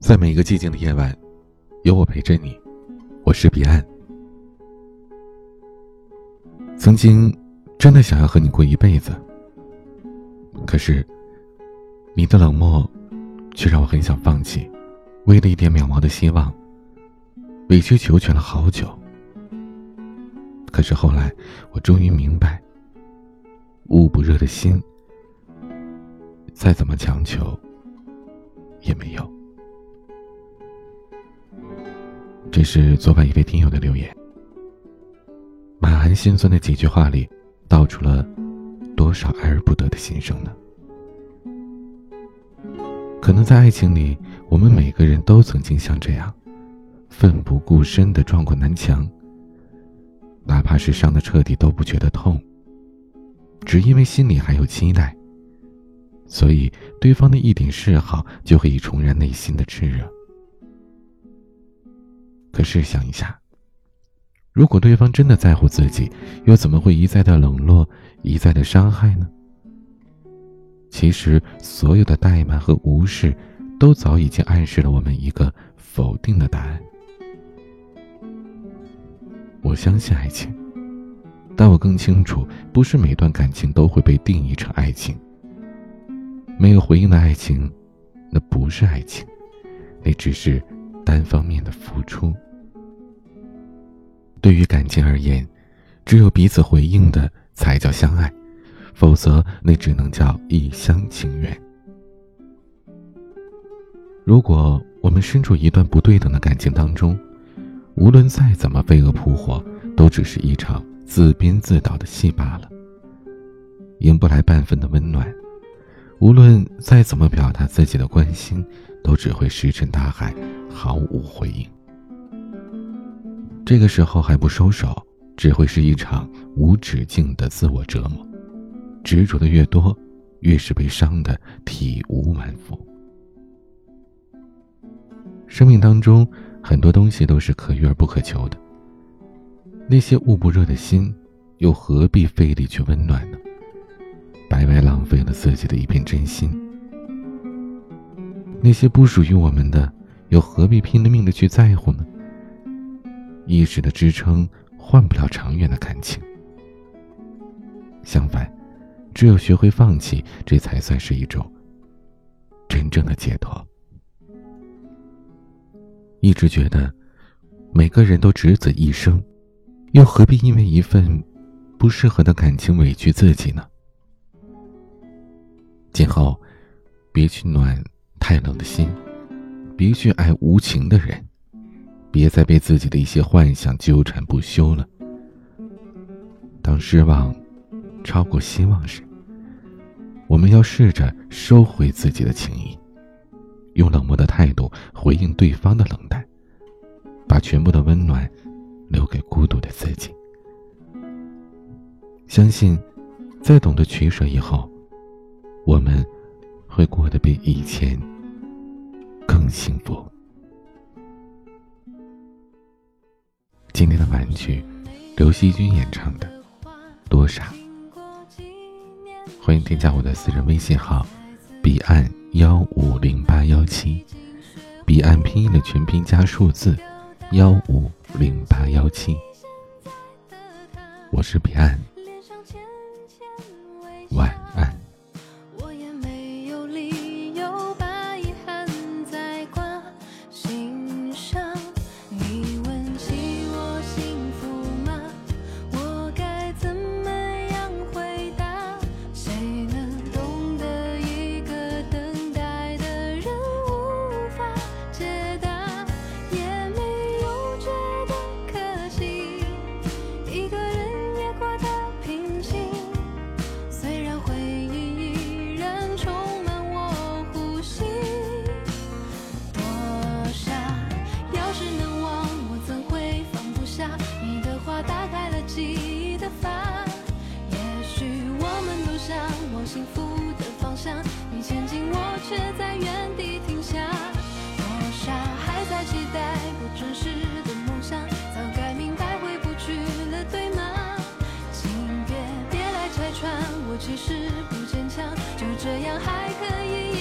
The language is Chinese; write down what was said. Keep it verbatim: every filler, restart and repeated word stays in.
在每一个寂静的夜晚，有我陪着你。我是彼岸。曾经真的想要和你过一辈子，可是你的冷漠却让我很想放弃。为了一点渺茫的希望，委曲求全了好久。可是后来我终于明白，捂不热的心再怎么强求也没有。这是昨晚一位听友的留言，满含心酸的几句话里道出了多少爱而不得的心声呢？可能在爱情里，我们每个人都曾经像这样奋不顾身地撞过南墙，哪怕是伤得彻底都不觉得痛，只因为心里还有期待，所以对方的一点示好就可以重燃内心的炽热。可是想一下，如果对方真的在乎自己，又怎么会一再的冷落，一再的伤害呢？其实所有的怠慢和无视都早已经暗示了我们一个否定的答案。我相信爱情，但我更清楚，不是每段感情都会被定义成爱情。没有回应的爱情，那不是爱情，那只是单方面的付出。对于感情而言，只有彼此回应的才叫相爱，否则那只能叫一厢情愿。如果我们身处一段不对等的感情当中，无论再怎么飞蛾扑火，都只是一场自编自导的戏罢了，赢不来半分的温暖。无论再怎么表达自己的关心，都只会石沉大海，毫无回应。这个时候还不收手，只会是一场无止境的自我折磨。执着的越多，越是被伤得体无完肤。生命当中很多东西都是可遇而不可求的，那些捂不热的心，又何必费力去温暖呢？白白浪费了自己的一片真心。那些不属于我们的，又何必拼了命的去在乎呢？一时的支撑换不了长远的感情。相反，只有学会放弃，这才算是一种真正的解脱。一直觉得每个人都只此一生，又何必因为一份不适合的感情委屈自己呢？今后别去暖太冷的心，别去爱无情的人，别再被自己的一些幻想纠缠不休了。当失望超过希望时，我们要试着收回自己的情谊，用冷漠的态度回应对方的冷淡，把全部的温暖留给孤独的自己。相信在懂得取舍以后，我们会过得比以前更幸福。今天的晚曲，刘惜君演唱的《多傻》。欢迎添加我的私人微信号彼岸幺五零八幺七，彼岸拼音的全拼加数字幺五零八幺七。我是彼岸，晚安。 我也没有理由把遗憾再挂心上。你问起我幸福吗？我该怎么样回答？谁能懂得一个等待的人无法解答？也没有觉得可惜，一个人也过得平静。虽然回忆依然充满我呼吸，多傻，要是能忘，我怎会放不下？你的话打开了记忆的阀，也许我们都想往幸福的方向，你前进，我却在原地停下。多傻，还在期待不真实的梦想，早该明白回不去了，对吗？请别别来拆穿，我其实不坚强，就这样还可以